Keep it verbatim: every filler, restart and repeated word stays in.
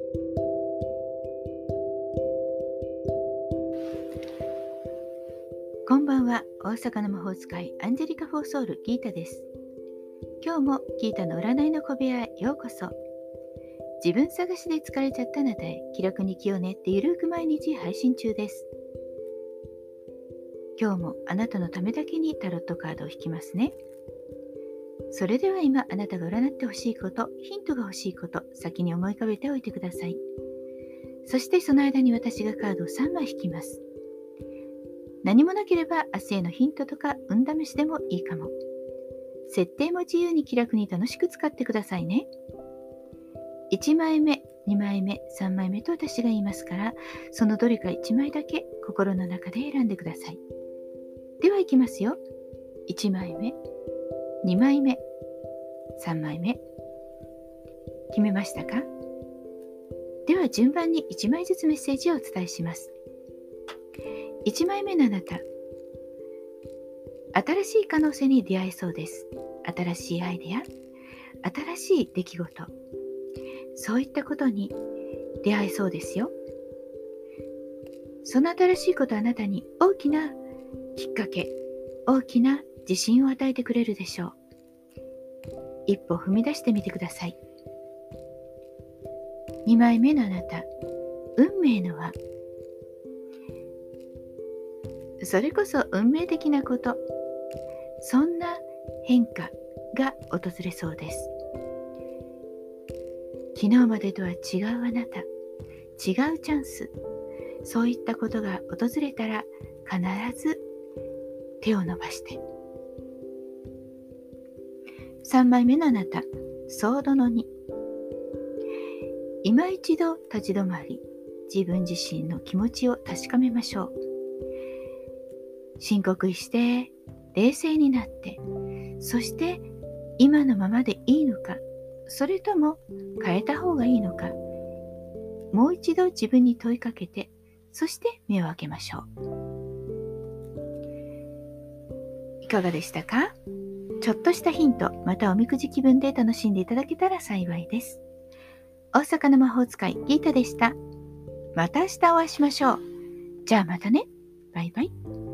こんばんは。大阪の魔法使いアンジェリカ・フォーソウルギータです。今日もギータの占いの小部屋へようこそ。自分探しで疲れちゃったあなたへ気楽に気を練ってゆるく毎日配信中です。今日もあなたのためだけにタロットカードを引きますね。それでは今あなたが占ってほしいこと、ヒントが欲しいこと、先に思い浮かべておいてください。そしてその間に私がカードをさんまい引きます。何もなければ明日へのヒントとか運試しでもいいかも。設定も自由に気楽に楽しく使ってくださいね。いちまいめ、にまいめ、さんまいめと私が言いますから、そのどれかいちまいだけ心の中で選んでください。ではいきますよ。いちまいめ、にまいめ、さんまいめ。決めましたか？では順番にいちまいずつメッセージをお伝えします。いちまいめのあなた、新しい可能性に出会えそうです。新しいアイデア、新しい出来事、そういったことに出会えそうですよ。その新しいことはあなたに大きなきっかけ、大きな自信を与えてくれるでしょう。一歩踏み出してみてください。にまいめのあなた、運命の輪。それこそ運命的なこと、そんな変化が訪れそうです。昨日までとは違うあなた、違うチャンス、そういったことが訪れたら必ず手を伸ばして。さんまいめのあなた、ソードのに。今一度立ち止まり、自分自身の気持ちを確かめましょう。深呼吸して冷静になって、そして今のままでいいのか、それとも変えた方がいいのか、もう一度自分に問いかけて、そして目を開けましょう。いかがでしたか？ちょっとしたヒント、またおみくじ気分で楽しんでいただけたら幸いです。大阪の魔法使いギータでした。また明日お会いしましょう。じゃあまたね。バイバイ。